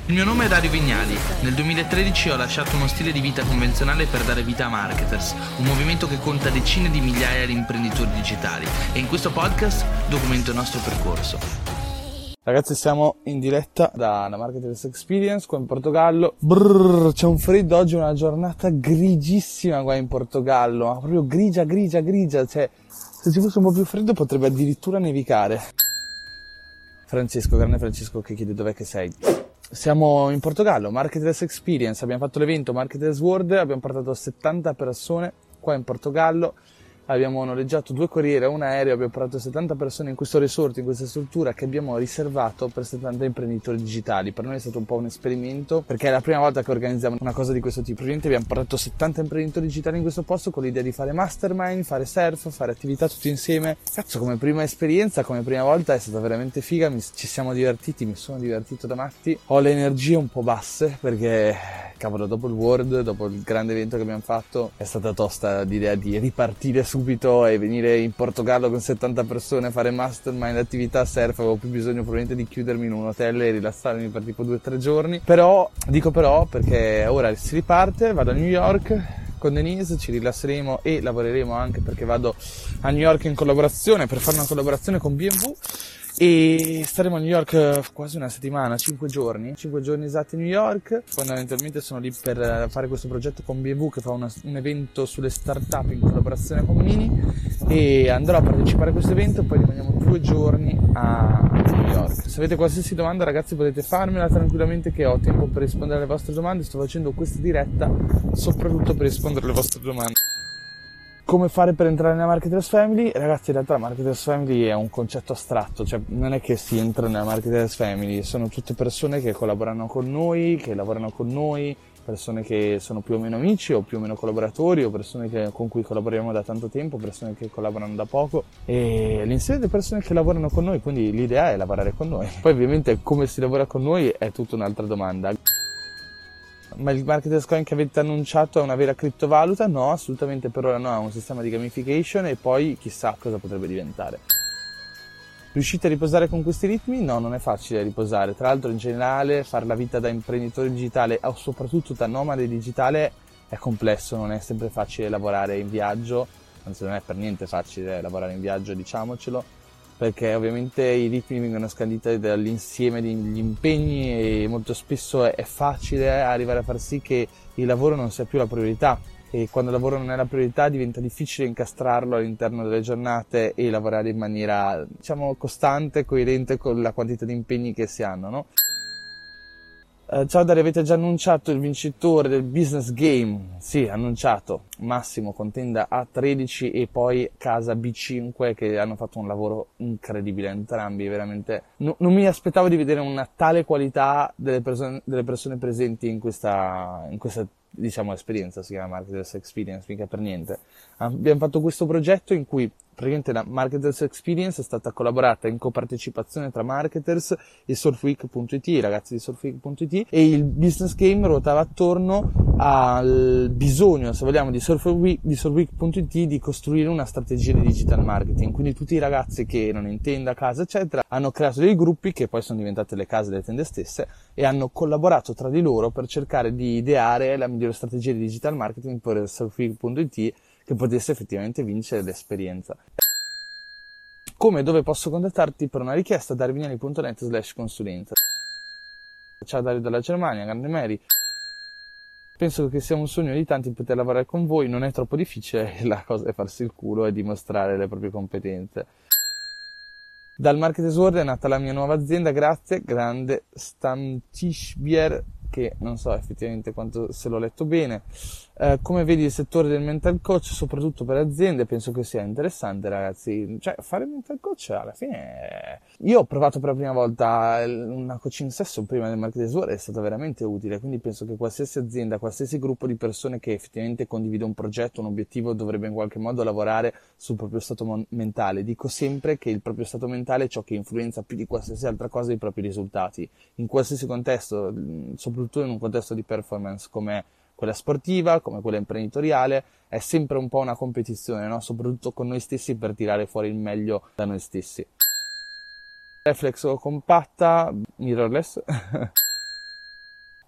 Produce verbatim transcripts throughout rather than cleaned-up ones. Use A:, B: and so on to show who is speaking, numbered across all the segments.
A: Il mio nome è Dario Vignali. Nel duemilatredici ho lasciato uno stile di vita convenzionale per dare vita a Marketers, un movimento che conta decine di migliaia di imprenditori digitali, e in questo podcast documento il nostro percorso.
B: Ragazzi, siamo in diretta da una Marketers Experience qua in Portogallo. Brrr, c'è un freddo oggi, una giornata grigissima qua in Portogallo, ma proprio grigia, grigia, grigia, cioè se ci fosse un po' più freddo potrebbe addirittura nevicare. Francesco, grande Francesco che chiede dov'è che sei. Siamo in Portogallo, Marketers Experience, abbiamo fatto l'evento Marketers World, abbiamo portato settanta persone qua in Portogallo. Abbiamo noleggiato due corriere e un aereo, abbiamo portato settanta persone in questo resort, in questa struttura che abbiamo riservato per settanta imprenditori digitali. Per noi è stato un po' un esperimento, perché è la prima volta che organizziamo una cosa di questo tipo. Praticamente abbiamo portato settanta imprenditori digitali in questo posto con l'idea di fare mastermind, fare surf, fare attività tutti insieme. Cazzo, come prima esperienza, come prima volta è stata veramente figa, mi, ci siamo divertiti, mi sono divertito da matti. Ho le energie un po' basse perché, cavolo, dopo il World, dopo il grande evento che abbiamo fatto, è stata tosta l'idea di ripartire subito e venire in Portogallo con settanta persone, fare mastermind, attività surf. Avevo più bisogno probabilmente di chiudermi in un hotel e rilassarmi per tipo due o tre giorni. Però, dico però perché ora si riparte, vado a New York con Denise, ci rilasseremo e lavoreremo anche perché vado a New York in collaborazione, per fare una collaborazione con B and W. E staremo a New York quasi una settimana, cinque giorni, cinque giorni esatti a New York. Fondamentalmente sono lì per fare questo progetto con B and W che fa una, un evento sulle startup in collaborazione con Mini, e andrò a partecipare a questo evento e poi rimaniamo due giorni a New York. Se avete qualsiasi domanda, ragazzi, potete farmela tranquillamente, che ho tempo per rispondere alle vostre domande. Sto facendo questa diretta soprattutto per rispondere alle vostre domande. Come fare per entrare nella Marketers Family? Ragazzi, in realtà la Marketers Family è un concetto astratto, cioè non è che si entra nella Marketers Family, sono tutte persone che collaborano con noi, che lavorano con noi, persone che sono più o meno amici o più o meno collaboratori, o persone che, con cui collaboriamo da tanto tempo, persone che collaborano da poco, e l'insieme delle persone che lavorano con noi, quindi l'idea è lavorare con noi. Poi ovviamente come si lavora con noi è tutta un'altra domanda. Ma il Marketers Coin che avete annunciato è una vera criptovaluta? No, assolutamente, per ora no, è un sistema di gamification e poi chissà cosa potrebbe diventare. Riuscite a riposare con questi ritmi? No, non è facile riposare. Tra l'altro in generale fare la vita da imprenditore digitale o soprattutto da nomade digitale è complesso, non è sempre facile lavorare in viaggio, anzi non è per niente facile lavorare in viaggio, diciamocelo, perché ovviamente i ritmi vengono scanditi dall'insieme degli impegni e molto spesso è facile arrivare a far sì che il lavoro non sia più la priorità, e quando il lavoro non è la priorità diventa difficile incastrarlo all'interno delle giornate e lavorare in maniera, diciamo, costante, coerente con la quantità di impegni che si hanno, no? Uh, ciao Dario, avete già annunciato il vincitore del business game? Sì, annunciato, Massimo Contenda A tredici e poi Casa B cinque, che hanno fatto un lavoro incredibile entrambi, veramente. No, non mi aspettavo di vedere una tale qualità delle persone, delle persone presenti in questa, in questa diciamo esperienza, si chiama Marketers Experience, mica per niente. Abbiamo fatto questo progetto in cui praticamente la Marketers Experience è stata collaborata in copartecipazione tra Marketers e Surfweek punto it, i ragazzi di Surfweek punto it, e il business game ruotava attorno al bisogno, se vogliamo, di Surfweek, di Surfweek punto it di costruire una strategia di digital marketing. Quindi tutti i ragazzi che erano in tenda, casa eccetera hanno creato dei gruppi che poi sono diventate le case delle tende stesse e hanno collaborato tra di loro per cercare di ideare la migliore strategia di digital marketing per Surfweek punto it che potesse effettivamente vincere l'esperienza. Come e dove posso contattarti per una richiesta? darvignali punto net slash consulenza. Ciao Dario dalla Germania, grande Mary. Penso che sia un sogno di tanti poter lavorare con voi, non è troppo difficile, la cosa è farsi il culo e dimostrare le proprie competenze. Dal Marketers World è nata la mia nuova azienda, grazie, grande Stantishbier, che non so effettivamente quanto se l'ho letto bene. Eh, come vedi il settore del mental coach, soprattutto per aziende, penso che sia interessante, ragazzi. Cioè, fare mental coach alla fine è... Io ho provato per la prima volta una coaching session prima del Marketers World, è stato veramente utile, quindi penso che qualsiasi azienda, qualsiasi gruppo di persone che effettivamente condivide un progetto, un obiettivo, dovrebbe in qualche modo lavorare sul proprio stato mon- mentale. Dico sempre che il proprio stato mentale è ciò che influenza più di qualsiasi altra cosa i propri risultati, in qualsiasi contesto, soprattutto in un contesto di performance come quella sportiva, come quella imprenditoriale. È sempre un po' una competizione, no? Soprattutto con noi stessi, per tirare fuori il meglio da noi stessi. Reflex compatta, mirrorless.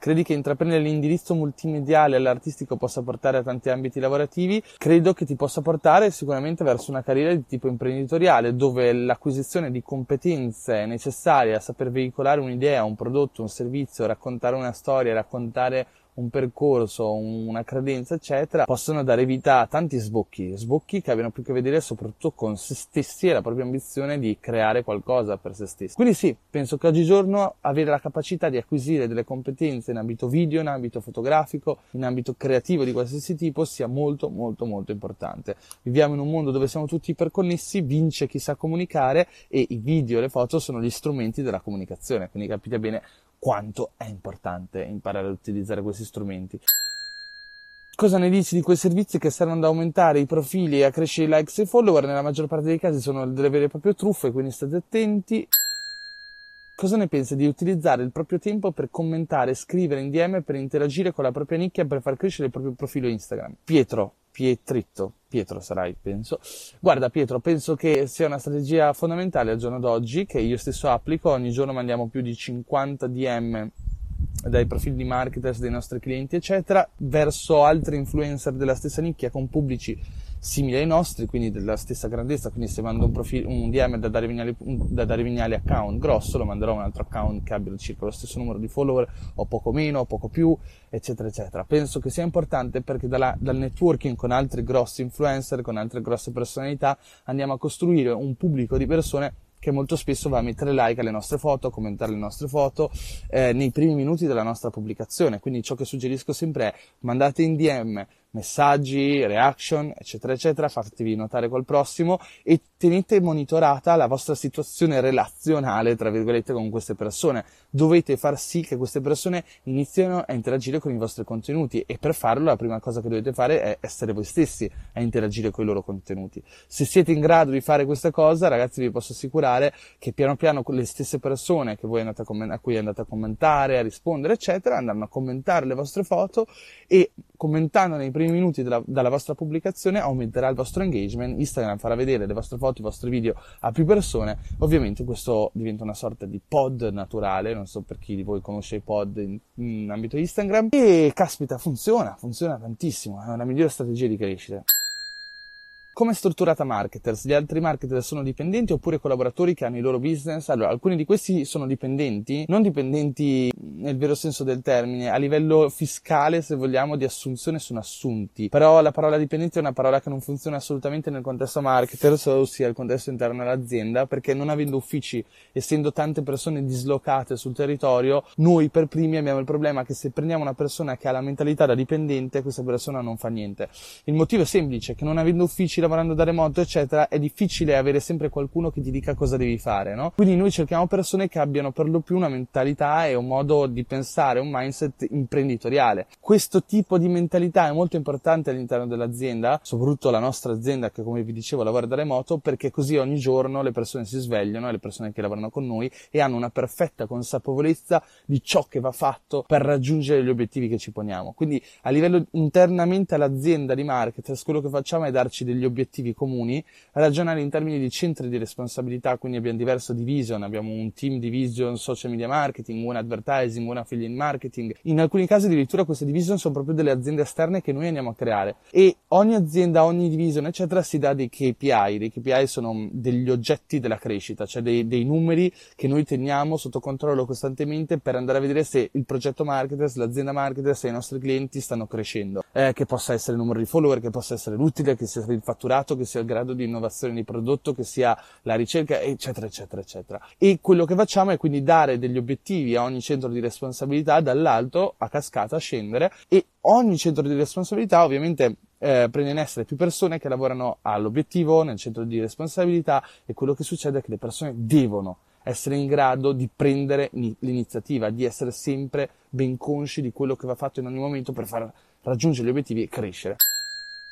B: Credi che intraprendere l'indirizzo multimediale all'artistico possa portare a tanti ambiti lavorativi? Credo che ti possa portare sicuramente verso una carriera di tipo imprenditoriale, dove l'acquisizione di competenze necessarie a saper veicolare un'idea, un prodotto, un servizio, raccontare una storia, raccontare un percorso, una credenza, eccetera, possono dare vita a tanti sbocchi, sbocchi che abbiano più a che vedere soprattutto con se stessi e la propria ambizione di creare qualcosa per se stessi. Quindi sì, penso che oggigiorno avere la capacità di acquisire delle competenze in ambito video, in ambito fotografico, in ambito creativo di qualsiasi tipo sia molto molto molto importante. Viviamo in un mondo dove siamo tutti iperconnessi, vince chi sa comunicare e i video e le foto sono gli strumenti della comunicazione, quindi capite bene quanto è importante imparare ad utilizzare questi strumenti. Cosa ne dici di quei servizi che servono ad aumentare i profili e a crescere i likes e i follower? Nella maggior parte dei casi sono delle vere e proprie truffe, quindi state attenti. Cosa ne pensi di utilizzare il proprio tempo per commentare, scrivere in D M, per interagire con la propria nicchia, per far crescere il proprio profilo Instagram? Pietro, Pietritto, Pietro sarai, penso. Guarda Pietro, penso che sia una strategia fondamentale al giorno d'oggi, che io stesso applico. Ogni giorno mandiamo più di cinquanta D M dai profili di marketers dei nostri clienti, eccetera, verso altri influencer della stessa nicchia con pubblici simili ai nostri, quindi della stessa grandezza. Quindi se mando un, profilo, un D M da Dario Vignali, da Dario Vignali account grosso, lo manderò a un altro account che abbia circa lo stesso numero di follower, o poco meno, o poco più, eccetera, eccetera. Penso che sia importante perché dalla, dal networking con altri grossi influencer, con altre grosse personalità, andiamo a costruire un pubblico di persone che molto spesso va a mettere like alle nostre foto, a commentare le nostre foto eh, nei primi minuti della nostra pubblicazione. Quindi ciò che suggerisco sempre è: mandate in D M messaggi, reaction, eccetera, eccetera, fatevi notare col prossimo e tenete monitorata la vostra situazione relazionale, tra virgolette, con queste persone. Dovete far sì che queste persone iniziano a interagire con i vostri contenuti, e per farlo la prima cosa che dovete fare è essere voi stessi a interagire con i loro contenuti. Se siete in grado di fare questa cosa, ragazzi, vi posso assicurare che piano piano le stesse persone che voi andate a, comment- a cui andate a commentare, a rispondere, eccetera, andranno a commentare le vostre foto, e commentando nei primi minuti della, dalla vostra pubblicazione aumenterà il vostro engagement. Instagram farà vedere le vostre foto, i vostri video a più persone. Ovviamente questo diventa una sorta di pod naturale, non so per chi di voi conosce i pod in, in ambito Instagram, e caspita, funziona, funziona tantissimo, è una migliore strategia di crescita. Come è strutturata Marketers? Gli altri marketer sono dipendenti oppure collaboratori che hanno i loro business? Allora, alcuni di questi sono dipendenti, non dipendenti nel vero senso del termine, a livello fiscale, se vogliamo, di assunzione sono assunti. Però la parola dipendente è una parola che non funziona assolutamente nel contesto Marketers, ossia il contesto interno all'azienda, perché non avendo uffici, essendo tante persone dislocate sul territorio, noi per primi abbiamo il problema che se prendiamo una persona che ha la mentalità da dipendente, questa persona non fa niente. Il motivo è semplice, che non avendo uffici, lavorando da remoto, eccetera, è difficile avere sempre qualcuno che ti dica cosa devi fare, no? Quindi noi cerchiamo persone che abbiano per lo più una mentalità e un modo di pensare, un mindset imprenditoriale. Questo tipo di mentalità è molto importante all'interno dell'azienda, soprattutto la nostra azienda che, come vi dicevo, lavora da remoto, perché così ogni giorno le persone si svegliano, le persone che lavorano con noi, e hanno una perfetta consapevolezza di ciò che va fatto per raggiungere gli obiettivi che ci poniamo. Quindi a livello internamente all'azienda di marketers, quello che facciamo è darci degli obiettivi obiettivi comuni, ragionare in termini di centri di responsabilità. Quindi abbiamo diverse division, abbiamo un team division social media marketing, un advertising, un affiliate marketing. In alcuni casi addirittura queste division sono proprio delle aziende esterne che noi andiamo a creare, e ogni azienda, ogni division eccetera si dà dei K P I. Dei K P I sono degli oggetti della crescita, cioè dei, dei numeri che noi teniamo sotto controllo costantemente per andare a vedere se il progetto marketers, l'azienda marketers e i nostri clienti stanno crescendo, eh, che possa essere il numero di follower, che possa essere l'utile, che sia il fatturato, che sia il grado di innovazione di prodotto, che sia la ricerca, eccetera, eccetera, eccetera. E quello che facciamo è quindi dare degli obiettivi a ogni centro di responsabilità, dall'alto a cascata a scendere, e ogni centro di responsabilità ovviamente eh, prende in essere più persone che lavorano all'obiettivo nel centro di responsabilità, e quello che succede è che le persone devono essere in grado di prendere l'iniziativa, di essere sempre ben consci di quello che va fatto in ogni momento per far raggiungere gli obiettivi e crescere.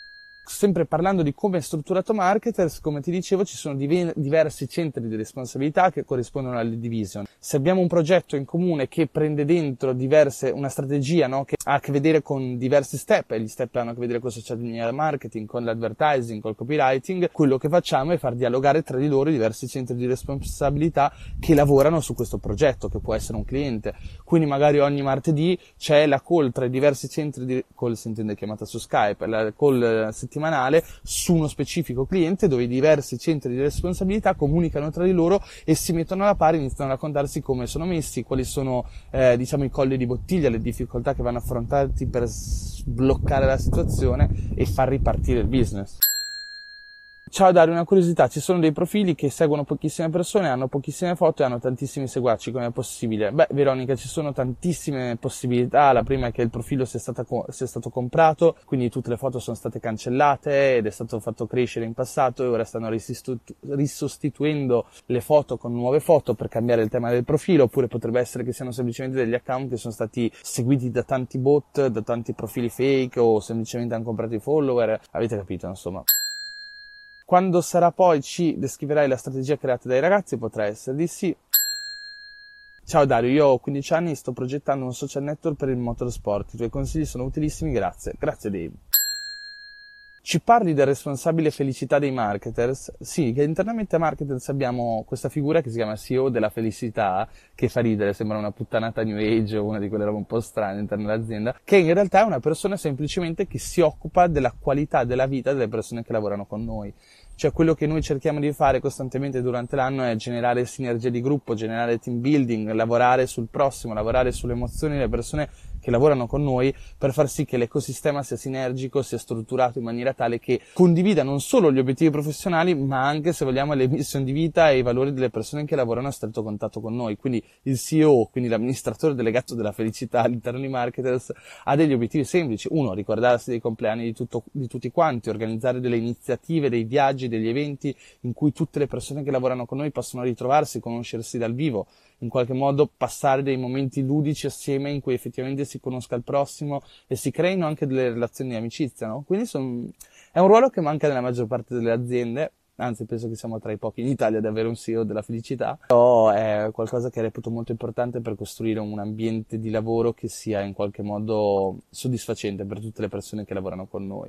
B: Sempre parlando di come è strutturato Marketers, come ti dicevo, ci sono div- diversi centri di responsabilità che corrispondono alle division. Se abbiamo un progetto in comune che prende dentro diverse, una strategia, no, che ha a che vedere con diversi step, e gli step hanno a che vedere con il social media marketing, con l'advertising, col copywriting, quello che facciamo è far dialogare tra di loro i diversi centri di responsabilità che lavorano su questo progetto, che può essere un cliente. Quindi magari ogni martedì c'è la call tra i diversi centri di call, si intende chiamata su Skype, la call settimanale su uno specifico cliente, dove i diversi centri di responsabilità comunicano tra di loro e si mettono alla pari, iniziano a raccontarsi come sono messi, quali sono eh, diciamo i colli di bottiglia, le difficoltà che vanno affrontati per sbloccare la situazione e far ripartire il business. Ciao Dario, una curiosità, ci sono dei profili che seguono pochissime persone, hanno pochissime foto e hanno tantissimi seguaci, come è possibile? Beh, Veronica, ci sono tantissime possibilità. La prima è che il profilo sia, stata, sia stato comprato, quindi tutte le foto sono state cancellate ed è stato fatto crescere in passato e ora stanno risistitu- risostituendo le foto con nuove foto per cambiare il tema del profilo, oppure potrebbe essere che siano semplicemente degli account che sono stati seguiti da tanti bot, da tanti profili fake o semplicemente hanno comprato i follower, avete capito insomma. Quando sarà poi ci descriverai la strategia creata dai ragazzi, potrà essere di sì. Ciao Dario, io ho quindici anni e sto progettando un social network per il motorsport. I tuoi consigli sono utilissimi, grazie. Grazie Dave. Ci parli del responsabile felicità dei marketers? Sì, che internamente a Marketers abbiamo questa figura che si chiama C E O della felicità, che fa ridere, sembra una puttanata New Age o una di quelle robe un po' strane all'interno dell'azienda, che in realtà è una persona semplicemente che si occupa della qualità della vita delle persone che lavorano con noi. Cioè quello che noi cerchiamo di fare costantemente durante l'anno è generare sinergia di gruppo, generare team building, lavorare sul prossimo, lavorare sulle emozioni delle persone che lavorano con noi per far sì che l'ecosistema sia sinergico, sia strutturato in maniera tale che condivida non solo gli obiettivi professionali, ma anche, se vogliamo, le missioni di vita e i valori delle persone che lavorano a stretto contatto con noi. Quindi il C E O, quindi l'amministratore delegato della felicità all'interno di Marketers, ha degli obiettivi semplici. Uno, ricordarsi dei compleanni di, tutto, di tutti quanti, organizzare delle iniziative, dei viaggi, degli eventi in cui tutte le persone che lavorano con noi possono ritrovarsi, conoscersi dal vivo, in qualche modo passare dei momenti ludici assieme in cui effettivamente si conosca il prossimo e si creino anche delle relazioni di amicizia, no? Quindi son... è un ruolo che manca nella maggior parte delle aziende, anzi penso che siamo tra i pochi in Italia ad avere un C E O della felicità, però è qualcosa che reputo molto importante per costruire un ambiente di lavoro che sia in qualche modo soddisfacente per tutte le persone che lavorano con noi.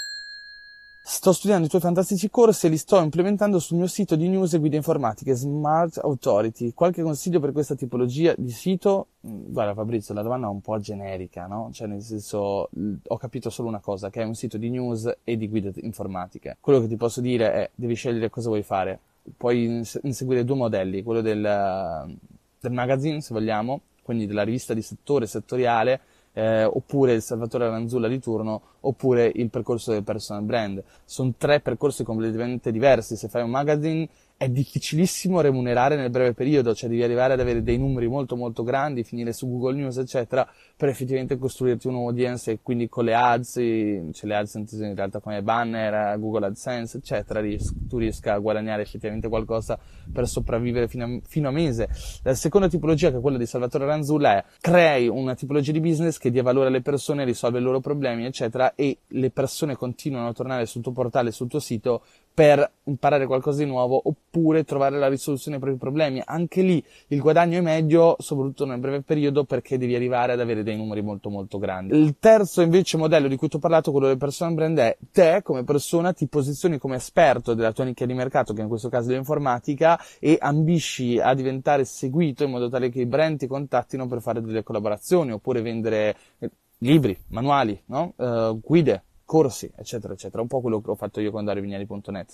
B: Sto studiando i tuoi fantastici corsi e li sto implementando sul mio sito di news e guide informatiche Smart Authority. Qualche consiglio per questa tipologia di sito? Guarda Fabrizio, la domanda è un po' generica, no? Cioè nel senso, ho capito solo una cosa, che è un sito di news e di guide informatiche. Quello che ti posso dire è, devi scegliere cosa vuoi fare. Puoi inseguire due modelli, quello del, del magazine, se vogliamo, quindi della rivista di settore, settoriale, Eh, oppure il Salvatore Lanzulla di turno, oppure il percorso del personal brand. Sono tre percorsi completamente diversi. Se fai un magazine è difficilissimo remunerare nel breve periodo, cioè devi arrivare ad avere dei numeri molto molto grandi, finire su Google News eccetera, per effettivamente costruirti un'audience e quindi con le ads, cioè le ads in realtà come banner, Google AdSense eccetera, tu riesca a guadagnare effettivamente qualcosa per sopravvivere fino a, fino a mese. La seconda tipologia, che è quella di Salvatore Lanzulla, è crei una tipologia di business che dia valore alle persone, risolve i loro problemi eccetera, e le persone continuano a tornare sul tuo portale, sul tuo sito per imparare qualcosa di nuovo oppure trovare la risoluzione ai propri problemi. Anche lì il guadagno è medio, soprattutto nel breve periodo, perché devi arrivare ad avere dei numeri molto molto grandi. Il terzo invece modello di cui ti ho parlato, quello del personal brand, è te come persona ti posizioni come esperto della tua nicchia di mercato, che in questo caso è l'informatica, e ambisci a diventare seguito in modo tale che i brand ti contattino per fare delle collaborazioni oppure vendere libri, manuali, no? Uh, guide, corsi, eccetera, eccetera. Un po' quello che ho fatto io con dario vignali punto net.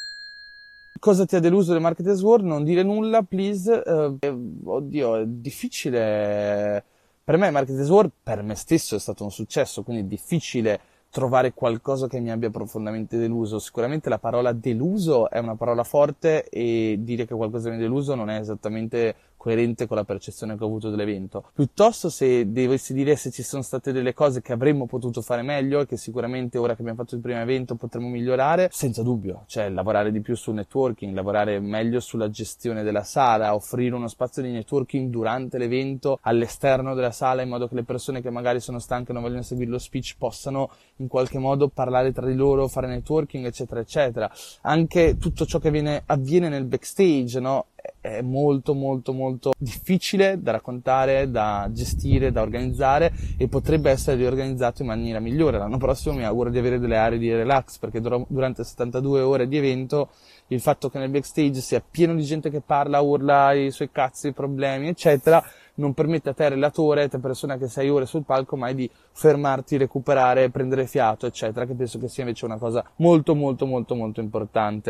B: Cosa ti ha deluso del Marketers World? Non dire nulla, please. Uh, oddio, è difficile. Per me Marketers World, per me stesso, è stato un successo, quindi è difficile trovare qualcosa che mi abbia profondamente deluso. Sicuramente la parola deluso è una parola forte e dire che qualcosa mi ha deluso non è esattamente coerente con la percezione che ho avuto dell'evento. Piuttosto, se dovessi dire se ci sono state delle cose che avremmo potuto fare meglio e che sicuramente ora che abbiamo fatto il primo evento potremo migliorare, senza dubbio, cioè lavorare di più sul networking, lavorare meglio sulla gestione della sala, offrire uno spazio di networking durante l'evento all'esterno della sala, in modo che le persone che magari sono stanche e non vogliono seguire lo speech possano in qualche modo parlare tra di loro, fare networking, eccetera eccetera. Anche tutto ciò che viene, avviene nel backstage, no? È molto molto molto difficile da raccontare, da gestire, da organizzare, e potrebbe essere riorganizzato in maniera migliore. L'anno prossimo mi auguro di avere delle aree di relax, perché durante settantadue ore di evento il fatto che nel backstage sia pieno di gente che parla, urla i suoi cazzi, i problemi eccetera, non permette a te relatore, a te persona che sei ore sul palco, mai di fermarti, recuperare, prendere fiato eccetera, che penso che sia invece una cosa molto molto molto molto importante.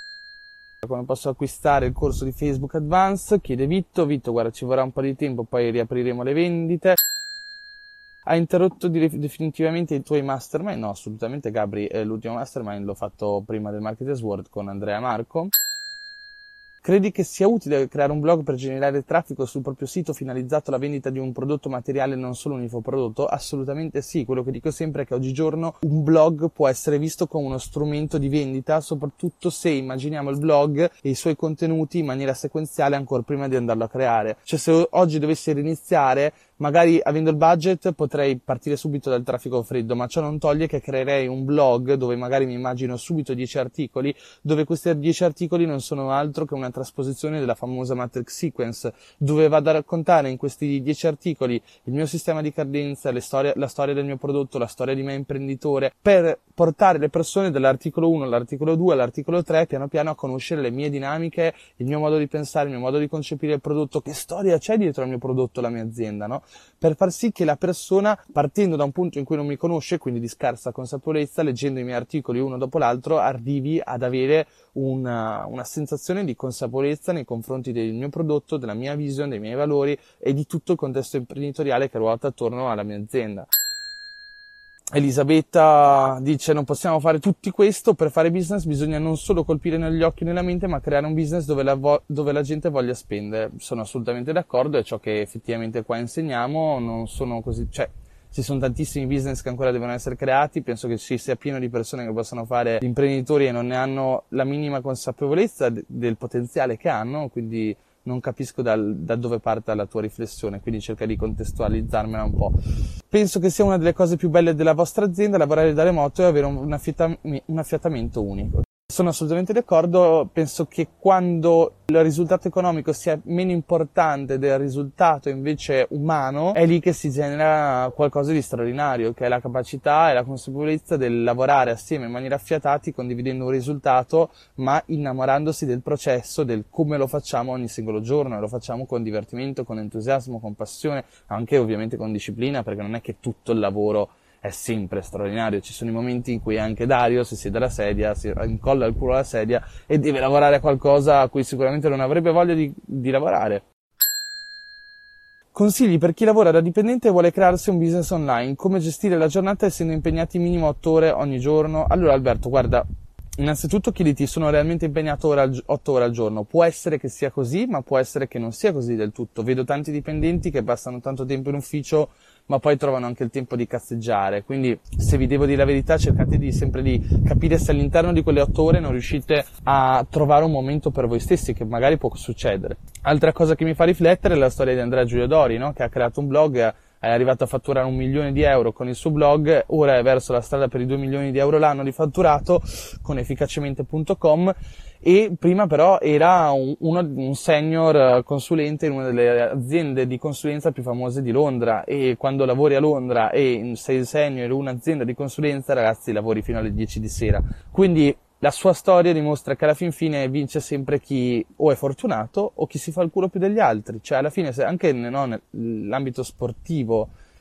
B: Come posso acquistare il corso di Facebook Advance? Chiede Vitto. Vitto, guarda, ci vorrà un po' di tempo, poi riapriremo le vendite. Hai interrotto definitivamente i tuoi mastermind? No, assolutamente, Gabri, eh, l'ultimo mastermind l'ho fatto prima del Marketers World con Andrea Marco. Credi che sia utile creare un blog per generare traffico sul proprio sito finalizzato alla vendita di un prodotto materiale e non solo un infoprodotto? Assolutamente sì. Quello che dico sempre è che oggigiorno un blog può essere visto come uno strumento di vendita, soprattutto se immaginiamo il blog e i suoi contenuti in maniera sequenziale ancora prima di andarlo a creare. Cioè, se oggi dovessi iniziare, magari avendo il budget potrei partire subito dal traffico freddo, ma ciò non toglie che creerei un blog dove magari mi immagino subito dieci articoli, dove questi dieci articoli non sono altro che una trasposizione della famosa Matrix Sequence, dove vado a raccontare in questi dieci articoli il mio sistema di cadenza, le storie, la storia del mio prodotto, la storia di me imprenditore, per portare le persone dall'articolo uno all'articolo due all'articolo tre piano piano a conoscere le mie dinamiche, il mio modo di pensare, il mio modo di concepire il prodotto, che storia c'è dietro al mio prodotto, la mia azienda, no? Per far sì che la persona, partendo da un punto in cui non mi conosce, quindi di scarsa consapevolezza, leggendo i miei articoli uno dopo l'altro, arrivi ad avere una, una sensazione di consapevolezza nei confronti del mio prodotto, della mia vision, dei miei valori e di tutto il contesto imprenditoriale che ruota attorno alla mia azienda. Elisabetta dice: non possiamo fare tutti questo, per fare business bisogna non solo colpire negli occhi e nella mente, ma creare un business dove la, vo- dove la gente voglia spendere. Sono assolutamente d'accordo, è ciò che effettivamente qua insegniamo. Non sono così, cioè ci sono tantissimi business che ancora devono essere creati, penso che ci sia pieno di persone che possono fare imprenditori e non ne hanno la minima consapevolezza de- del potenziale che hanno, quindi non capisco dal, da dove parte la tua riflessione, quindi cerca di contestualizzarmela un po'. Penso che sia una delle cose più belle della vostra azienda lavorare da remoto e avere un, un, affiatam- un affiatamento unico. Sono assolutamente d'accordo, penso che quando il risultato economico sia meno importante del risultato invece umano, è lì che si genera qualcosa di straordinario, che è la capacità e la consapevolezza del lavorare assieme in maniera affiatati, condividendo un risultato, ma innamorandosi del processo, del come lo facciamo ogni singolo giorno, e lo facciamo con divertimento, con entusiasmo, con passione, anche ovviamente con disciplina, perché non è che tutto il lavoro è sempre straordinario, ci sono i momenti in cui anche Dario si siede alla sedia, si incolla il culo alla sedia e deve lavorare a qualcosa a cui sicuramente non avrebbe voglia di, di lavorare. Consigli per chi lavora da dipendente e vuole crearsi un business online, come gestire la giornata essendo impegnati minimo otto ore ogni giorno? Allora Alberto, guarda, innanzitutto chiediti: sono realmente impegnato otto ore al giorno? Può essere che sia così, ma può essere che non sia così del tutto. Vedo tanti dipendenti che passano tanto tempo in ufficio ma poi trovano anche il tempo di cazzeggiare, quindi se vi devo dire la verità cercate di sempre di capire se all'interno di quelle otto ore non riuscite a trovare un momento per voi stessi, che magari può succedere. Altra cosa che mi fa riflettere è la storia di Andrea Giulio Dori, no? Che ha creato un blog, è arrivato a fatturare un milione di euro con il suo blog, ora è verso la strada per i due milioni di euro l'anno di fatturato con efficacemente punto com, e prima però era un, uno, un senior consulente in una delle aziende di consulenza più famose di Londra, e quando lavori a Londra e sei senior in un'azienda di consulenza, ragazzi, lavori fino alle dieci di sera. Quindi la sua storia dimostra che alla fin fine vince sempre chi o è fortunato o chi si fa il culo più degli altri. Cioè alla fine, se anche no, nell'ambito sportivo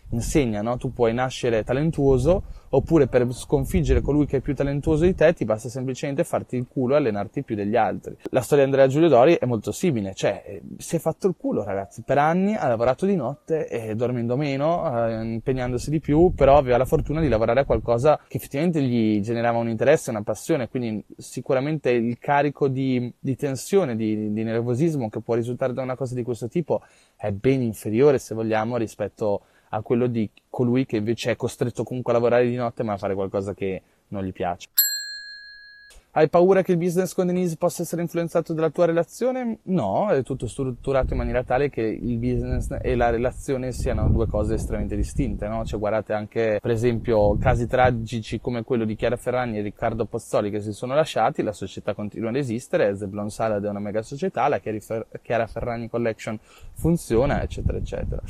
B: insegna, no? Tu puoi nascere talentuoso, oppure per sconfiggere colui che è più talentuoso di te ti basta semplicemente farti il culo e allenarti più degli altri. La storia di Andrea Giulio Dori è molto simile, cioè si è fatto il culo, ragazzi, per anni ha lavorato di notte e dormendo meno, eh, impegnandosi di più, però aveva la fortuna di lavorare a qualcosa che effettivamente gli generava un interesse, una passione, quindi sicuramente il carico di, di tensione, di, di nervosismo che può risultare da una cosa di questo tipo è ben inferiore, se vogliamo, rispetto a quello di colui che invece è costretto comunque a lavorare di notte ma a fare qualcosa che non gli piace. Hai paura che il business con Denise possa essere influenzato dalla tua relazione? No, è tutto strutturato in maniera tale che il business e la relazione siano due cose estremamente distinte, no? Cioè guardate anche, per esempio, casi tragici come quello di Chiara Ferragni e Riccardo Pozzoli che si sono lasciati, la società continua ad esistere, Zeblon Salad è una mega società, la Chiara Ferragni Collection funziona, eccetera, eccetera.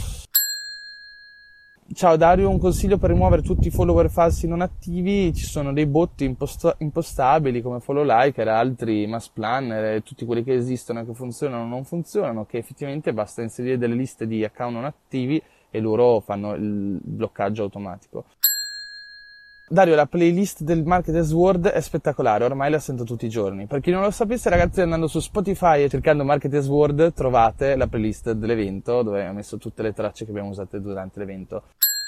B: Ciao Dario, un consiglio per rimuovere tutti i follower falsi non attivi. Ci sono dei bot impost- impostabili come Follow Liker, altri Mass Planner, tutti quelli che esistono e che funzionano o non funzionano, che effettivamente basta inserire delle liste di account non attivi e loro fanno il bloccaggio automatico. Dario, la playlist del Marketers World è spettacolare, ormai la sento tutti i giorni. Per chi non lo sapesse, ragazzi, andando su Spotify e cercando Marketers World trovate la playlist dell'evento dove ho messo tutte le tracce che abbiamo usate durante l'evento.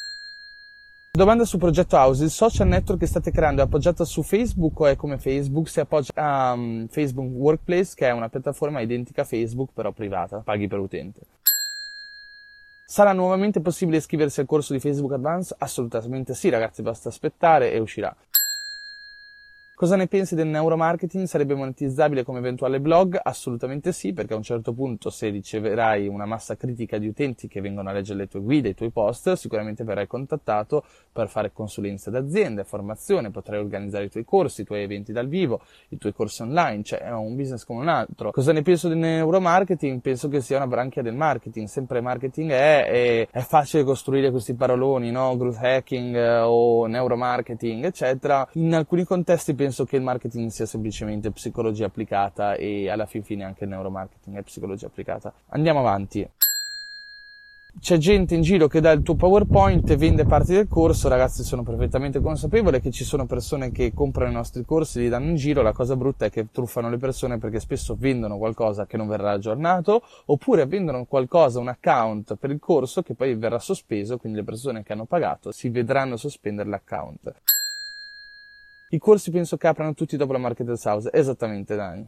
B: Domanda su Progetto House, il social network che state creando è appoggiato su Facebook o è come Facebook? Si appoggia a um, Facebook Workplace, che è una piattaforma identica a Facebook però privata, paghi per utente. Sarà nuovamente possibile iscriversi al corso di Facebook Advance? Assolutamente sì, ragazzi, basta aspettare e uscirà. Cosa ne pensi del neuromarketing? Sarebbe monetizzabile come eventuale blog? Assolutamente sì, perché a un certo punto, se riceverai una massa critica di utenti che vengono a leggere le tue guide, i tuoi post, sicuramente verrai contattato per fare consulenza d'aziende, formazione, potrai organizzare i tuoi corsi, i tuoi eventi dal vivo, i tuoi corsi online, cioè è un business come un altro. Cosa ne penso del neuromarketing? Penso che sia una branchia del marketing, sempre marketing è, è, è facile costruire questi paroloni, no? Growth hacking eh, o neuromarketing, eccetera. In alcuni contesti penso Penso che il marketing sia semplicemente psicologia applicata e alla fin fine anche il neuromarketing è psicologia applicata. Andiamo avanti. C'è gente in giro che dà il tuo PowerPoint e vende parti del corso, ragazzi, sono perfettamente consapevole che ci sono persone che comprano i nostri corsi e li danno in giro. La cosa brutta è che truffano le persone perché spesso vendono qualcosa che non verrà aggiornato, oppure vendono qualcosa, un account per il corso che poi verrà sospeso, quindi le persone che hanno pagato si vedranno sospendere l'account. I corsi penso che aprano tutti dopo la Marketers House. Esattamente, Dani.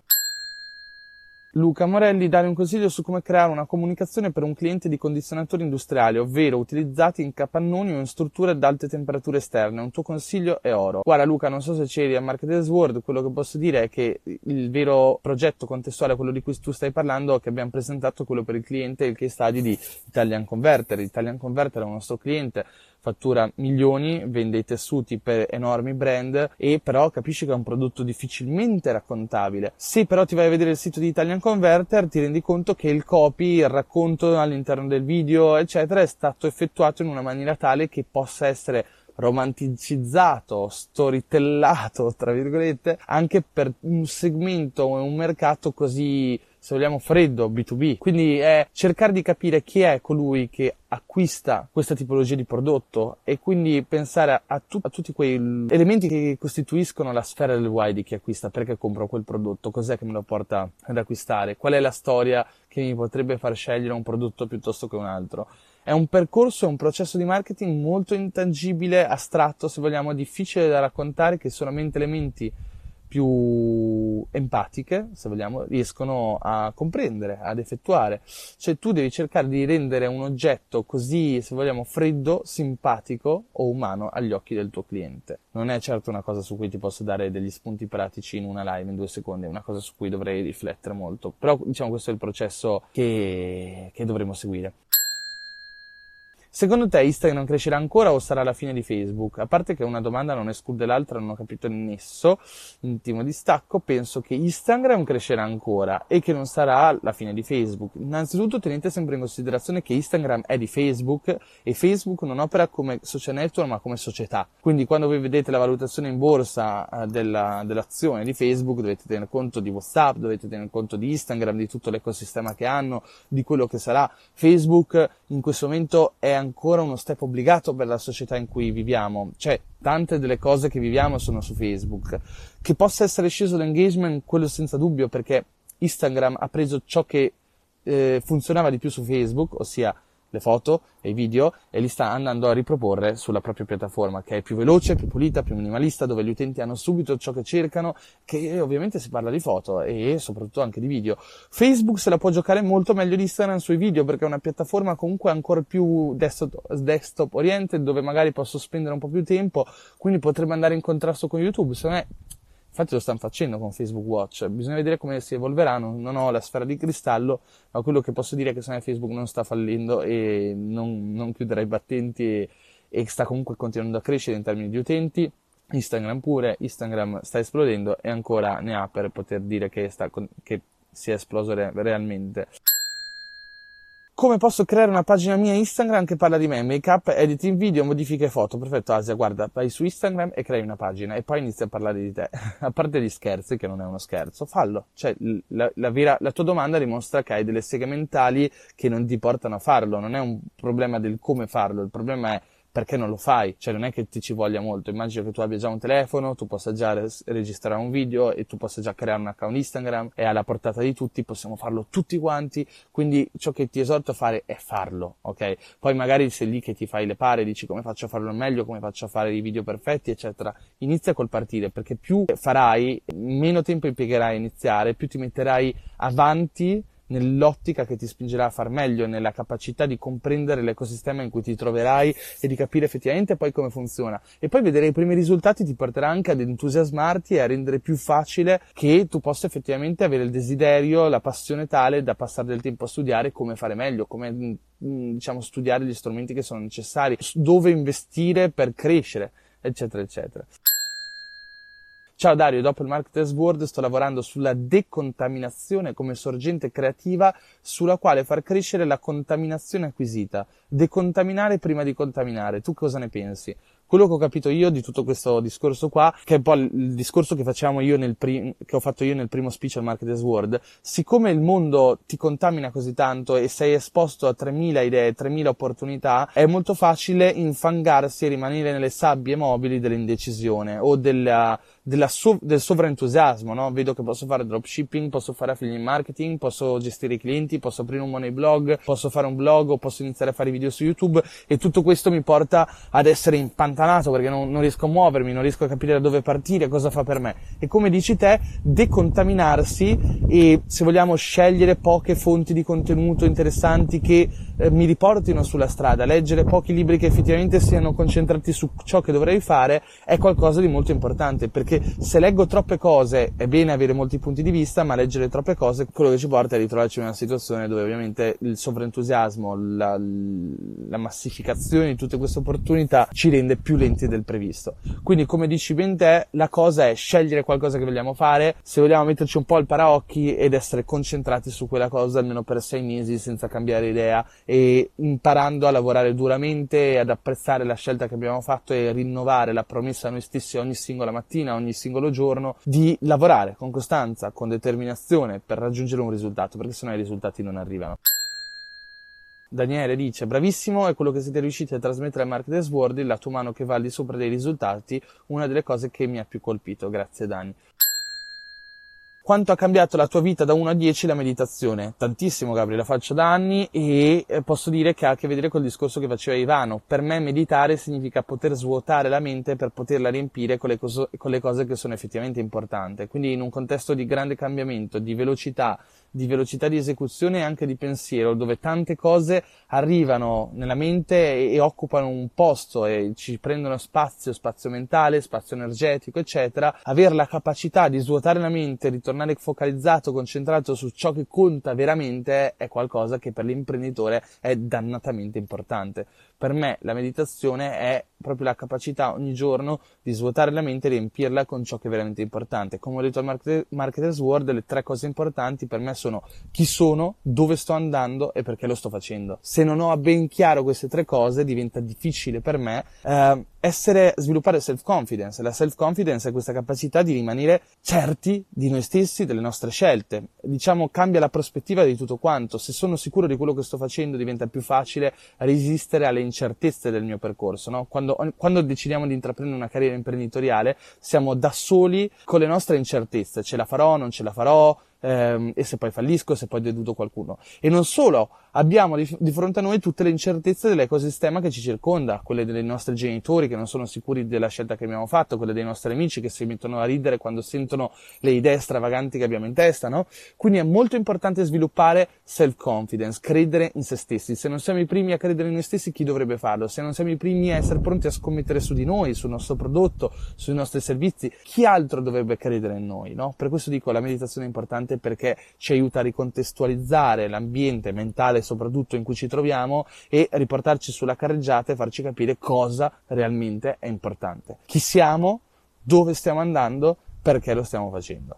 B: Luca Morelli, dare un consiglio su come creare una comunicazione per un cliente di condizionatori industriali, ovvero utilizzati in capannoni o in strutture ad alte temperature esterne. Un tuo consiglio è oro. Guarda Luca, non so se c'eri a Marketers World, quello che posso dire è che il vero progetto contestuale, quello di cui tu stai parlando, che abbiamo presentato, quello per il cliente, il case study di Italian Converter. Italian Converter è un nostro cliente, fattura milioni, vende i tessuti per enormi brand e però capisci che è un prodotto difficilmente raccontabile. Se però ti vai a vedere il sito di Italian Converter ti rendi conto che il copy, il racconto all'interno del video, eccetera, è stato effettuato in una maniera tale che possa essere romanticizzato, storytellato, tra virgolette, anche per un segmento o un mercato così, se vogliamo, freddo, B due B. Quindi è cercare di capire chi è colui che acquista questa tipologia di prodotto e quindi pensare a, a, tu, a tutti quei elementi che costituiscono la sfera del why di chi acquista, perché compro quel prodotto, cos'è che me lo porta ad acquistare, qual è la storia che mi potrebbe far scegliere un prodotto piuttosto che un altro. È un percorso, è un processo di marketing molto intangibile, astratto, se vogliamo, difficile da raccontare, che solamente elementi più empatiche, se vogliamo, riescono a comprendere, ad effettuare. Cioè tu devi cercare di rendere un oggetto così, se vogliamo, freddo, simpatico o umano agli occhi del tuo cliente. Non è certo una cosa su cui ti posso dare degli spunti pratici in una live in due secondi, è una cosa su cui dovrei riflettere molto. Però diciamo questo è il processo che, che dovremo seguire. Secondo te Instagram crescerà ancora o sarà la fine di Facebook? A parte che una domanda non esclude l'altra, non ho capito il nesso intimo di stacco, penso che Instagram crescerà ancora e che non sarà la fine di Facebook. Innanzitutto tenete sempre in considerazione che Instagram è di Facebook e Facebook non opera come social network ma come società. Quindi quando voi vedete la valutazione in borsa della, dell'azione di Facebook dovete tener conto di WhatsApp, dovete tener conto di Instagram, di tutto l'ecosistema che hanno, di quello che sarà. Facebook in questo momento è ancora uno step obbligato per la società in cui viviamo. Cioè, tante delle cose che viviamo sono su Facebook. Che possa essere sceso l'engagement, quello senza dubbio, perché Instagram ha preso ciò che eh, funzionava di più su Facebook, ossia le foto e i video, e li sta andando a riproporre sulla propria piattaforma, che è più veloce, più pulita, più minimalista, dove gli utenti hanno subito ciò che cercano, che ovviamente si parla di foto e soprattutto anche di video. Facebook se la può giocare molto meglio di Instagram sui video, perché è una piattaforma comunque ancora più desktop, desktop oriented, dove magari posso spendere un po' più tempo, quindi potrebbe andare in contrasto con YouTube. Secondo me, infatti lo stanno facendo con Facebook Watch, bisogna vedere come si evolveranno. Non ho la sfera di cristallo, ma quello che posso dire è che secondo me Facebook non sta fallendo e non, non chiuderà i battenti, e, e sta comunque continuando a crescere in termini di utenti. Instagram pure, Instagram sta esplodendo e ancora ne ha per poter dire che, sta, che si è esploso re, realmente. Come posso creare una pagina mia Instagram che parla di me? Make-up, editing video, modifiche foto. Perfetto, Asia, guarda, vai su Instagram e crei una pagina e poi inizi a parlare di te. A parte gli scherzi, che non è uno scherzo, fallo. Cioè, la, la, vera, la tua domanda dimostra che hai delle seghe mentali che non ti portano a farlo. Non è un problema del come farlo, il problema è perché non lo fai. Cioè, non è che ti ci voglia molto. Immagino che tu abbia già un telefono, tu possa già res- registrare un video e tu possa già creare un account Instagram, è alla portata di tutti, possiamo farlo tutti quanti, quindi ciò che ti esorto a fare è farlo, ok? Poi magari sei lì che ti fai le pare, dici come faccio a farlo meglio, come faccio a fare i video perfetti, eccetera. Inizia col partire, perché più farai, meno tempo impiegherai a iniziare, più ti metterai avanti nell'ottica che ti spingerà a far meglio, nella capacità di comprendere l'ecosistema in cui ti troverai e di capire effettivamente poi come funziona. E poi vedere i primi risultati ti porterà anche ad entusiasmarti e a rendere più facile che tu possa effettivamente avere il desiderio, la passione tale da passare del tempo a studiare come fare meglio, come diciamo studiare gli strumenti che sono necessari, dove investire per crescere, eccetera, eccetera. Ciao Dario, dopo il Marketers World sto lavorando sulla decontaminazione come sorgente creativa sulla quale far crescere la contaminazione acquisita. Decontaminare prima di contaminare. Tu cosa ne pensi? Quello che ho capito io di tutto questo discorso qua, che è un po' il discorso che facciamo io nel prim- che ho fatto io nel primo speech al Marketers World, siccome il mondo ti contamina così tanto e sei esposto a tremila idee, tremila opportunità, è molto facile infangarsi e rimanere nelle sabbie mobili dell'indecisione o della, della so- del sovraentusiasmo, no? Vedo che posso fare dropshipping, posso fare affiliate marketing, posso gestire i clienti, posso aprire un money blog, posso fare un blog o posso iniziare a fare video su YouTube, e tutto questo mi porta ad essere impantanato perché non, non riesco a muovermi, non riesco a capire da dove partire, cosa fa per me. E come dici te, decontaminarsi e, se vogliamo, scegliere poche fonti di contenuto interessanti che eh, mi riportino sulla strada, leggere pochi libri che effettivamente siano concentrati su ciò che dovrei fare, è qualcosa di molto importante, perché se leggo troppe cose è bene avere molti punti di vista, ma leggere troppe cose quello che ci porta è a ritrovarci in una situazione dove ovviamente il sovraentusiasmo, la, la massificazione di tutte queste opportunità ci rende più lenti del previsto. Quindi, come dici ben te, la cosa è scegliere qualcosa che vogliamo fare, se vogliamo metterci un po' il paraocchi ed essere concentrati su quella cosa almeno per sei mesi senza cambiare idea, e imparando a lavorare duramente e ad apprezzare la scelta che abbiamo fatto e rinnovare la promessa a noi stessi ogni singola mattina, ogni singolo giorno, di lavorare con costanza, con determinazione per raggiungere un risultato, perché sennò i risultati non arrivano. Daniele dice: bravissimo, è quello che siete riusciti a trasmettere al Marketers World, il lato umano che va al di sopra dei risultati, una delle cose che mi ha più colpito. Grazie Dani. Quanto ha cambiato la tua vita da uno a dieci la meditazione? Tantissimo, Gabri, la faccio da anni e posso dire che ha a che vedere col discorso che faceva Ivano. Per me meditare significa poter svuotare la mente per poterla riempire con le, cose, con le cose che sono effettivamente importanti. Quindi in un contesto di grande cambiamento, di velocità, di velocità di esecuzione e anche di pensiero, dove tante cose arrivano nella mente e, e occupano un posto e ci prendono spazio, spazio mentale, spazio energetico, eccetera, avere la capacità di svuotare la mente, ritornare focalizzato, concentrato su ciò che conta veramente, è qualcosa che per l'imprenditore è dannatamente importante. Per me la meditazione è proprio la capacità ogni giorno di svuotare la mente e riempirla con ciò che è veramente importante. Come ho detto al Marketers World, le tre cose importanti per me sono chi sono, dove sto andando e perché lo sto facendo. Se non ho ben chiaro queste tre cose, diventa difficile per me eh, essere, sviluppare self-confidence. La self-confidence è questa capacità di rimanere certi di noi stessi, delle nostre scelte. Diciamo, cambia la prospettiva di tutto quanto. Se sono sicuro di quello che sto facendo, diventa più facile resistere alle incertezze del mio percorso, no? Quando, quando decidiamo di intraprendere una carriera imprenditoriale, siamo da soli con le nostre incertezze. Ce la farò, non ce la farò, ehm, e se poi fallisco, se poi deduto qualcuno. E non solo, abbiamo di, di fronte a noi tutte le incertezze dell'ecosistema che ci circonda, quelle dei nostri genitori che non sono sicuri della scelta che abbiamo fatto, quelle dei nostri amici che si mettono a ridere quando sentono le idee stravaganti che abbiamo in testa, no? Quindi è molto importante sviluppare self-confidence, credere in se stessi. Se non siamo i primi a credere in noi stessi, chi dovrebbe farlo? Se non siamo i primi a essere pronti a scommettere su di noi, sul nostro prodotto, sui nostri servizi, chi altro dovrebbe credere in noi, no? Per questo dico, la meditazione è importante perché ci aiuta a ricontestualizzare l'ambiente mentale soprattutto in cui ci troviamo e riportarci sulla carreggiata e farci capire cosa realmente è importante. Chi siamo, dove stiamo andando, perché lo stiamo facendo.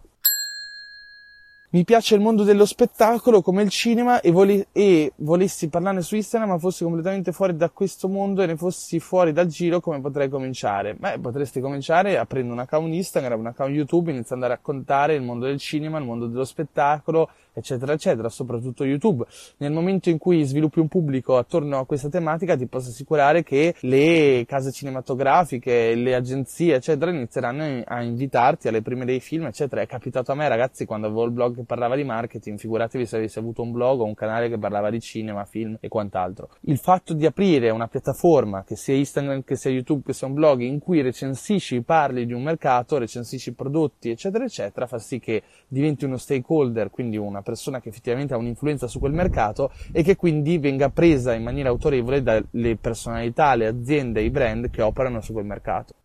B: Mi piace il mondo dello spettacolo come il cinema e, vole- e volessi parlarne su Instagram ma fossi completamente fuori da questo mondo e ne fossi fuori dal giro, come potrei cominciare? Beh, potresti cominciare aprendo un account Instagram, un account YouTube, iniziando a raccontare il mondo del cinema, il mondo dello spettacolo, eccetera, eccetera, soprattutto YouTube. Nel momento in cui sviluppi un pubblico attorno a questa tematica, ti posso assicurare che le case cinematografiche, le agenzie, eccetera, inizieranno a invitarti alle prime dei film, eccetera. È capitato a me, ragazzi, quando avevo il blog che parlava di marketing, figuratevi se avessi avuto un blog o un canale che parlava di cinema, film e quant'altro. Il fatto di aprire una piattaforma, che sia Instagram, che sia YouTube, che sia un blog, in cui recensisci, parli di un mercato, recensisci prodotti, eccetera, eccetera, fa sì che diventi uno stakeholder, quindi una persona che effettivamente ha un'influenza su quel mercato e che quindi venga presa in maniera autorevole dalle personalità, le aziende, i brand che operano su quel mercato.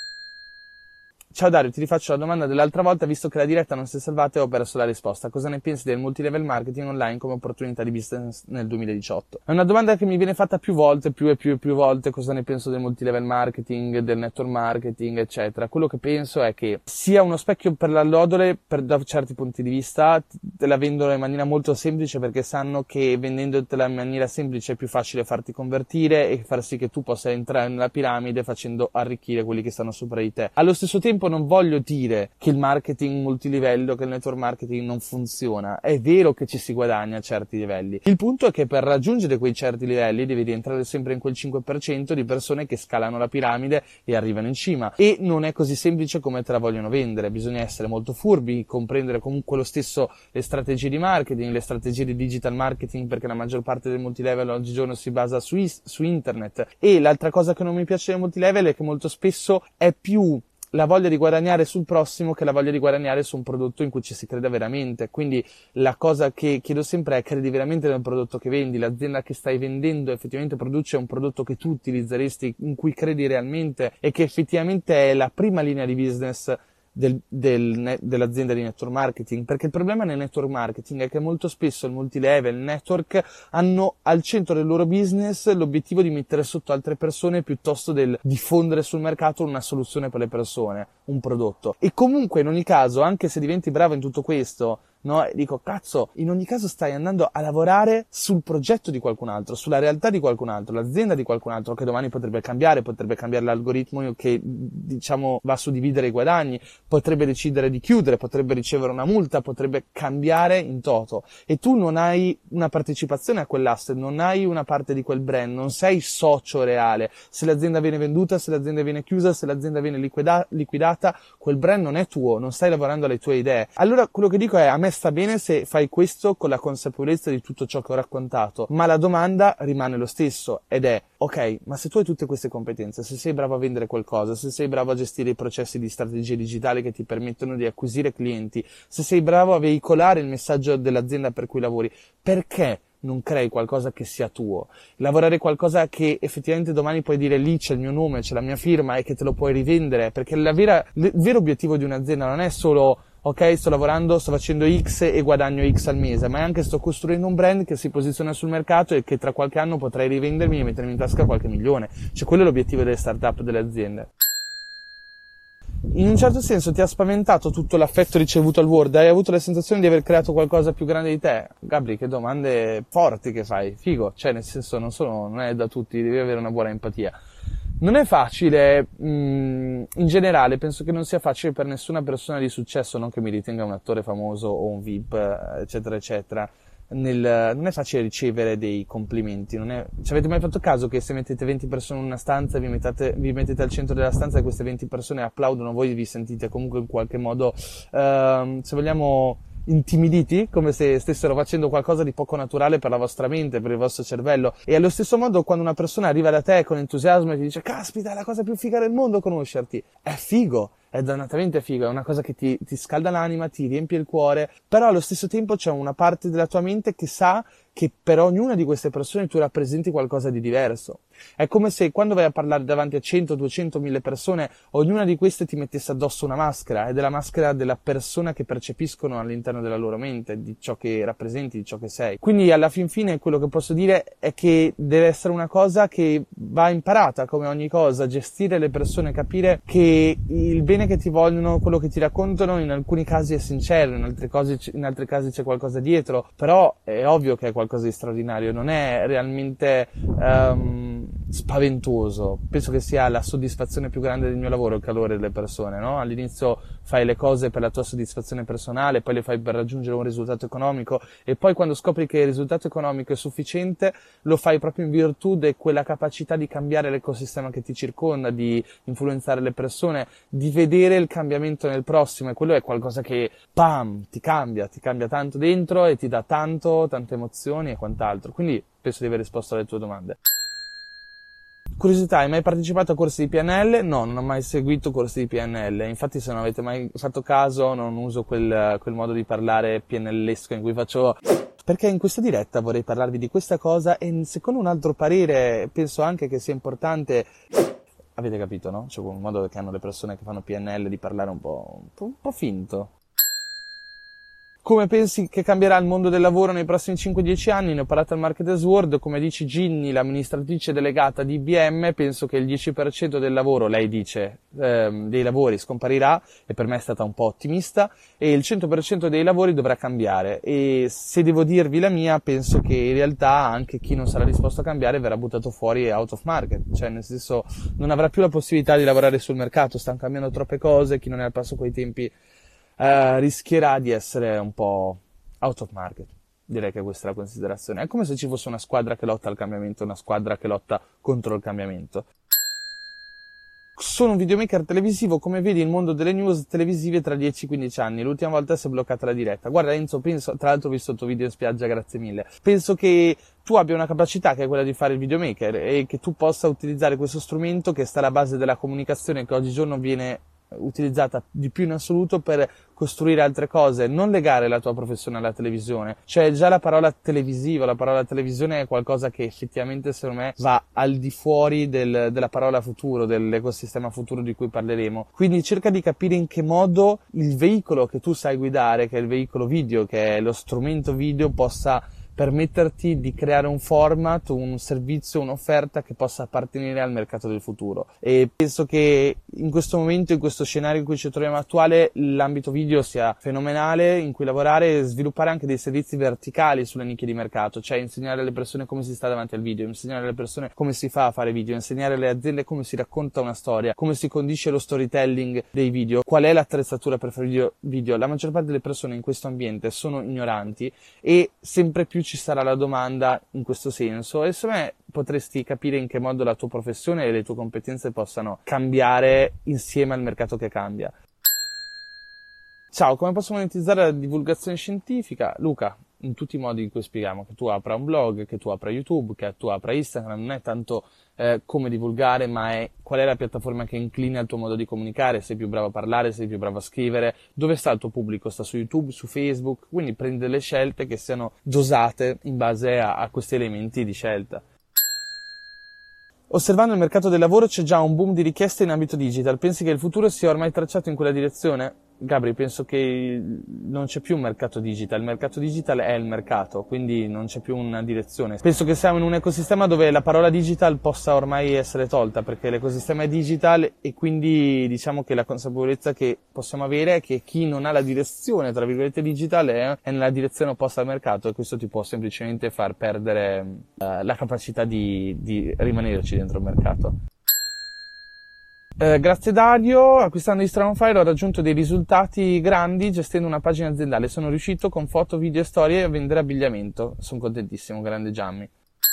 B: Ciao Dario, ti rifaccio la domanda dell'altra volta, visto che la diretta non si è salvata e ho perso la risposta. Cosa ne pensi del multilevel marketing online come opportunità di business nel duemiladiciotto? È una domanda che mi viene fatta più volte, più e più e più volte, cosa ne penso del multilevel marketing, del network marketing, eccetera. Quello che penso è che sia uno specchio per l'allodole, per, da certi punti di vista, te la vendono in maniera molto semplice perché sanno che vendendotela in maniera semplice è più facile farti convertire e far sì che tu possa entrare nella piramide facendo arricchire quelli che stanno sopra di te. Allo stesso tempo non voglio dire che il marketing multilivello, che il network marketing non funziona. È vero che ci si guadagna a certi livelli. Il punto è che per raggiungere quei certi livelli devi rientrare sempre in quel cinque per cento di persone che scalano la piramide e arrivano in cima. E non è così semplice come te la vogliono vendere. Bisogna essere molto furbi, comprendere comunque lo stesso le strategie di marketing, le strategie di digital marketing, perché la maggior parte del multilevel oggigiorno si basa su, is- su internet. E l'altra cosa che non mi piace del multilevel è che molto spesso è più la voglia di guadagnare sul prossimo che la voglia di guadagnare su un prodotto in cui ci si crede veramente. Quindi la cosa che chiedo sempre è: credi veramente nel prodotto che vendi? L'azienda che stai vendendo effettivamente produce un prodotto che tu utilizzeresti, in cui credi realmente e che effettivamente è la prima linea di business Del, del, dell'azienda di network marketing? Perché il problema nel network marketing è che molto spesso il multilevel, il network hanno al centro del loro business l'obiettivo di mettere sotto altre persone piuttosto del diffondere sul mercato una soluzione per le persone, un prodotto. E comunque in ogni caso, anche se diventi bravo in tutto questo, no, dico cazzo, in ogni caso stai andando a lavorare sul progetto di qualcun altro, sulla realtà di qualcun altro, l'azienda di qualcun altro che domani potrebbe cambiare, potrebbe cambiare l'algoritmo che diciamo va a suddividere i guadagni, potrebbe decidere di chiudere, potrebbe ricevere una multa, potrebbe cambiare in toto e tu non hai una partecipazione a quell'asset, non hai una parte di quel brand, non sei socio reale. Se l'azienda viene venduta, se l'azienda viene chiusa, se l'azienda viene liquida- liquidata, quel brand non è tuo, non stai lavorando alle tue idee. Allora quello che dico è: a me sta bene se fai questo con la consapevolezza di tutto ciò che ho raccontato, ma la domanda rimane lo stesso ed è: ok, ma se tu hai tutte queste competenze, se sei bravo a vendere qualcosa, se sei bravo a gestire i processi di strategia digitale che ti permettono di acquisire clienti, se sei bravo a veicolare il messaggio dell'azienda per cui lavori, perché non crei qualcosa che sia tuo? Lavorare qualcosa che effettivamente domani puoi dire: lì c'è il mio nome, c'è la mia firma e che te lo puoi rivendere, perché la vera, il vero obiettivo di un'azienda non è solo ok, sto lavorando, sto facendo X e guadagno X al mese, ma è anche sto costruendo un brand che si posiziona sul mercato e che tra qualche anno potrei rivendermi e mettermi in tasca qualche milione. Cioè quello è l'obiettivo delle start-up, delle aziende. In un certo senso ti ha spaventato tutto l'affetto ricevuto al Word? Hai avuto la sensazione di aver creato qualcosa più grande di te? Gabri, che domande forti che fai, figo, cioè nel senso non sono, non è da tutti, devi avere una buona empatia. Non è facile, mh, in generale penso che non sia facile per nessuna persona di successo, non che mi ritenga un attore famoso o un V I P, eccetera, eccetera. Nel, non è facile ricevere dei complimenti. Non è, ci avete mai fatto caso che se mettete venti persone in una stanza, vi, mettate, vi mettete al centro della stanza e queste venti persone applaudono, voi vi sentite comunque in qualche modo, ehm, se vogliamo, intimiditi, come se stessero facendo qualcosa di poco naturale per la vostra mente, per il vostro cervello. E allo stesso modo, quando una persona arriva da te con entusiasmo e ti dice caspita, è la cosa più figa del mondo conoscerti, è figo, è dannatamente figo, è una cosa che ti, ti scalda l'anima, ti riempie il cuore, però allo stesso tempo c'è una parte della tua mente che sa che per ognuna di queste persone tu rappresenti qualcosa di diverso. È come se quando vai a parlare davanti a cento, duecento, mille persone, ognuna di queste ti mettesse addosso una maschera, ed è la maschera della persona che percepiscono all'interno della loro mente, di ciò che rappresenti, di ciò che sei. Quindi alla fin fine quello che posso dire è che deve essere una cosa che va imparata, come ogni cosa, gestire le persone, capire che il bene che ti vogliono, quello che ti raccontano, in alcuni casi è sincero, in altri casi, in altri casi c'è qualcosa dietro, però è ovvio che è qualcosa di straordinario, non è realmente um, spaventoso. Penso che sia la soddisfazione più grande del mio lavoro, il calore delle persone, no? All'inizio fai le cose per la tua soddisfazione personale, poi le fai per raggiungere un risultato economico, e poi quando scopri che il risultato economico è sufficiente, lo fai proprio in virtù di quella capacità di cambiare l'ecosistema che ti circonda, di influenzare le persone, di vedere il cambiamento nel prossimo, e quello è qualcosa che, pam, ti cambia, ti cambia tanto dentro e ti dà tanto, tante emozioni e quant'altro. Quindi penso di aver risposto alle tue domande. Curiosità, hai mai partecipato a corsi di P N L? No, non ho mai seguito corsi di P N L. Infatti, se non avete mai fatto caso, non uso quel, quel modo di parlare P N L-esco in cui faccio... Perché in questa diretta vorrei parlarvi di questa cosa, e secondo un altro parere penso anche che sia importante... Avete capito, no? C'è un modo che hanno le persone che fanno P N L di parlare un po', un po', un po' finto. Come pensi che cambierà il mondo del lavoro nei prossimi cinque dieci anni? Ne ho parlato al Marketers World. Come dice Ginny, l'amministratrice delegata di I B M, penso che il dieci per cento del lavoro, lei dice, ehm, dei lavori scomparirà, e per me è stata un po' ottimista, e il cento per cento dei lavori dovrà cambiare. E se devo dirvi la mia, penso che in realtà anche chi non sarà disposto a cambiare verrà buttato fuori e out of market, cioè nel senso non avrà più la possibilità di lavorare sul mercato, stanno cambiando troppe cose, chi non è al passo coi tempi Uh, rischierà di essere un po' out of market. Direi che questa è la considerazione. È come se ci fosse una squadra che lotta al cambiamento, una squadra che lotta contro il cambiamento. Sono un videomaker televisivo, come vedi il mondo delle news televisive tra dieci quindici anni. L'ultima volta si è bloccata la diretta. Guarda Enzo, penso, tra l'altro ho visto il tuo video in spiaggia, grazie mille. Penso che tu abbia una capacità che è quella di fare il videomaker, e che tu possa utilizzare questo strumento che sta alla base della comunicazione, che oggigiorno viene utilizzata di più in assoluto per costruire altre cose, non legare la tua professione alla televisione. Cioè già la parola televisiva, la parola televisione è qualcosa che effettivamente secondo me va al di fuori del, della parola futuro, dell'ecosistema futuro di cui parleremo. Quindi cerca di capire in che modo il veicolo che tu sai guidare, che è il veicolo video, che è lo strumento video, possa permetterti di creare un format, un servizio, un'offerta che possa appartenere al mercato del futuro. E penso che in questo momento, in questo scenario in cui ci troviamo attuale, l'ambito video sia fenomenale in cui lavorare e sviluppare anche dei servizi verticali sulle nicchie di mercato, cioè insegnare alle persone come si sta davanti al video, insegnare alle persone come si fa a fare video, insegnare alle aziende come si racconta una storia, come si condisce lo storytelling dei video, qual è l'attrezzatura per fare video, video. La maggior parte delle persone in questo ambiente sono ignoranti, e sempre più ci sarà la domanda in questo senso, e secondo me potresti capire in che modo la tua professione e le tue competenze possano cambiare insieme al mercato che cambia. Ciao, come posso monetizzare la divulgazione scientifica? Luca, in tutti i modi in cui spieghiamo, che tu apra un blog, che tu apra YouTube, che tu apra Instagram, non è tanto eh, come divulgare, ma è qual è la piattaforma che inclina al tuo modo di comunicare, sei più bravo a parlare, sei più bravo a scrivere, dove sta il tuo pubblico, sta su YouTube, su Facebook, quindi prendi delle scelte che siano dosate in base a, a questi elementi di scelta. Osservando il mercato del lavoro c'è già un boom di richieste in ambito digital, pensi che il futuro sia ormai tracciato in quella direzione? Gabri, penso che non c'è più un mercato digital, il mercato digital è il mercato, quindi non c'è più una direzione. Penso che siamo in un ecosistema dove la parola digital possa ormai essere tolta, perché l'ecosistema è digital, e quindi diciamo che la consapevolezza che possiamo avere è che chi non ha la direzione, tra virgolette, digital è, è nella direzione opposta al mercato, e questo ti può semplicemente far perdere uh, la capacità di, di rimanerci dentro il mercato. Eh, grazie Dario, acquistando Instagram File ho raggiunto dei risultati grandi gestendo una pagina aziendale. Sono riuscito con foto, video e storie a vendere abbigliamento. Sono contentissimo, grande Gianni.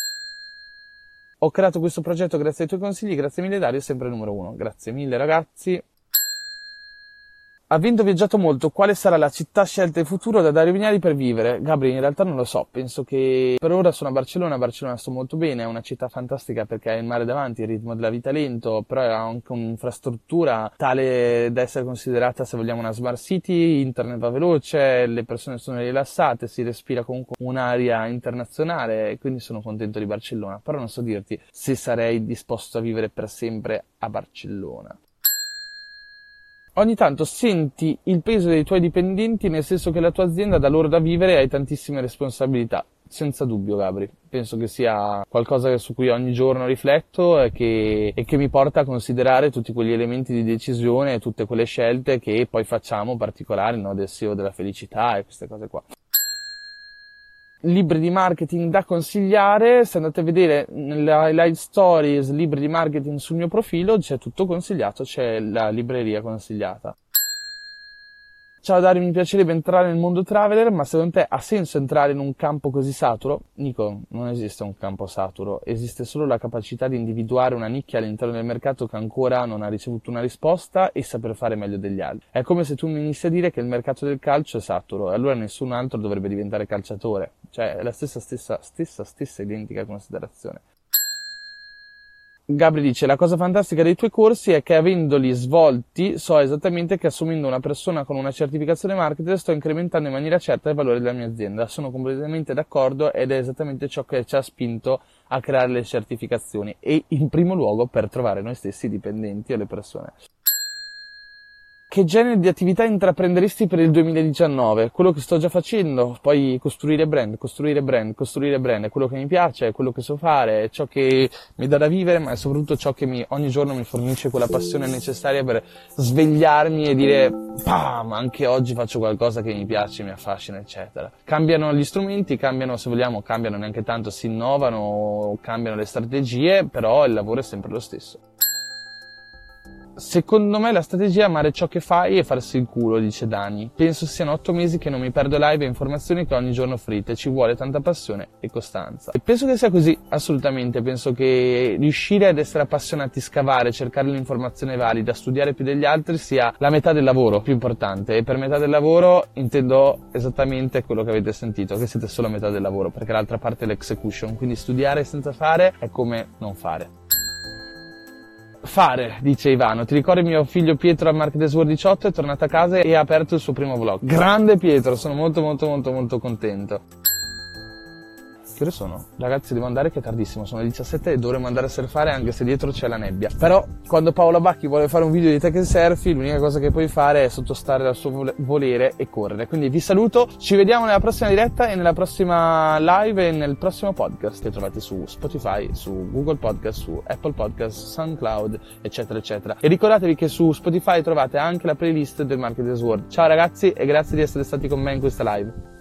B: Ho creato questo progetto grazie ai tuoi consigli, grazie mille Dario, sempre numero uno. Grazie mille ragazzi. Avendo viaggiato molto, quale sarà la città scelta in futuro da Dario Vignali per vivere? Gabri, in realtà non lo so, penso che per ora sono a Barcellona, a Barcellona sto molto bene, è una città fantastica perché ha il mare davanti, il ritmo della vita lento, però ha anche un'infrastruttura tale da essere considerata, se vogliamo, una smart city, internet va veloce, le persone sono rilassate, si respira comunque un'aria internazionale e quindi sono contento di Barcellona, però non so dirti se sarei disposto a vivere per sempre a Barcellona. Ogni tanto senti il peso dei tuoi dipendenti, nel senso che la tua azienda dà loro da vivere e hai tantissime responsabilità. Senza dubbio, Gabri. Penso che sia qualcosa su cui ogni giorno rifletto e che, e che mi porta a considerare tutti quegli elementi di decisione e tutte quelle scelte che poi facciamo particolari, no? Del S E O della felicità e queste cose qua. Libri di marketing da consigliare, se andate a vedere nelle highlight stories libri di marketing sul mio profilo c'è tutto consigliato, c'è la libreria consigliata. Ciao Dario, mi piacerebbe entrare nel mondo traveler, ma secondo te ha senso entrare in un campo così saturo? Nico, non esiste un campo saturo, esiste solo la capacità di individuare una nicchia all'interno del mercato che ancora non ha ricevuto una risposta e saper fare meglio degli altri. È come se tu mi inizi a dire che il mercato del calcio è saturo e allora nessun altro dovrebbe diventare calciatore. Cioè è la stessa, stessa, stessa, stessa identica considerazione. Gabri dice, la cosa fantastica dei tuoi corsi è che avendoli svolti so esattamente che assumendo una persona con una certificazione marketer sto incrementando in maniera certa il valore della mia azienda. Sono completamente d'accordo ed è esattamente ciò che ci ha spinto a creare le certificazioni e in primo luogo per trovare noi stessi dipendenti o le persone. Che genere di attività intraprenderesti per il duemiladiciannove? Quello che sto già facendo, poi costruire brand, costruire brand, costruire brand, è quello che mi piace, è quello che so fare, è ciò che mi dà da vivere, ma è soprattutto ciò che mi, ogni giorno mi fornisce quella passione necessaria per svegliarmi e dire, pam, anche oggi faccio qualcosa che mi piace, mi affascina, eccetera. Cambiano gli strumenti, cambiano, se vogliamo, cambiano neanche tanto, si innovano, cambiano le strategie, però il lavoro è sempre lo stesso. Secondo me la strategia è amare ciò che fai e farsi il culo, dice Dani. Penso siano otto mesi che non mi perdo live e informazioni che ogni giorno offrite. Ci vuole tanta passione e costanza. E penso che sia così, assolutamente. Penso che riuscire ad essere appassionati, scavare, cercare l'informazione valida, studiare più degli altri sia la metà del lavoro più importante. E per metà del lavoro intendo esattamente quello che avete sentito, che siete solo a metà del lavoro, perché l'altra parte è l'execution. Quindi studiare senza fare è come non fare. Fare, dice Ivano, ti ricordi mio figlio Pietro al Marketers World diciotto è tornato a casa e ha aperto il suo primo vlog. Grande Pietro, sono molto molto molto molto contento. Che ore sono? Ragazzi, devo andare che è tardissimo, sono le diciassette e dovremmo andare a surfare anche se dietro c'è la nebbia. Però quando Paola Bacchi vuole fare un video di te che surfi, l'unica cosa che puoi fare è sottostare al suo volere e correre. Quindi vi saluto, ci vediamo nella prossima diretta e nella prossima live e nel prossimo podcast che trovate su Spotify, su Google Podcast, su Apple Podcast, SoundCloud, eccetera eccetera. E ricordatevi che su Spotify trovate anche la playlist del Marketers World. Ciao ragazzi e grazie di essere stati con me in questa live.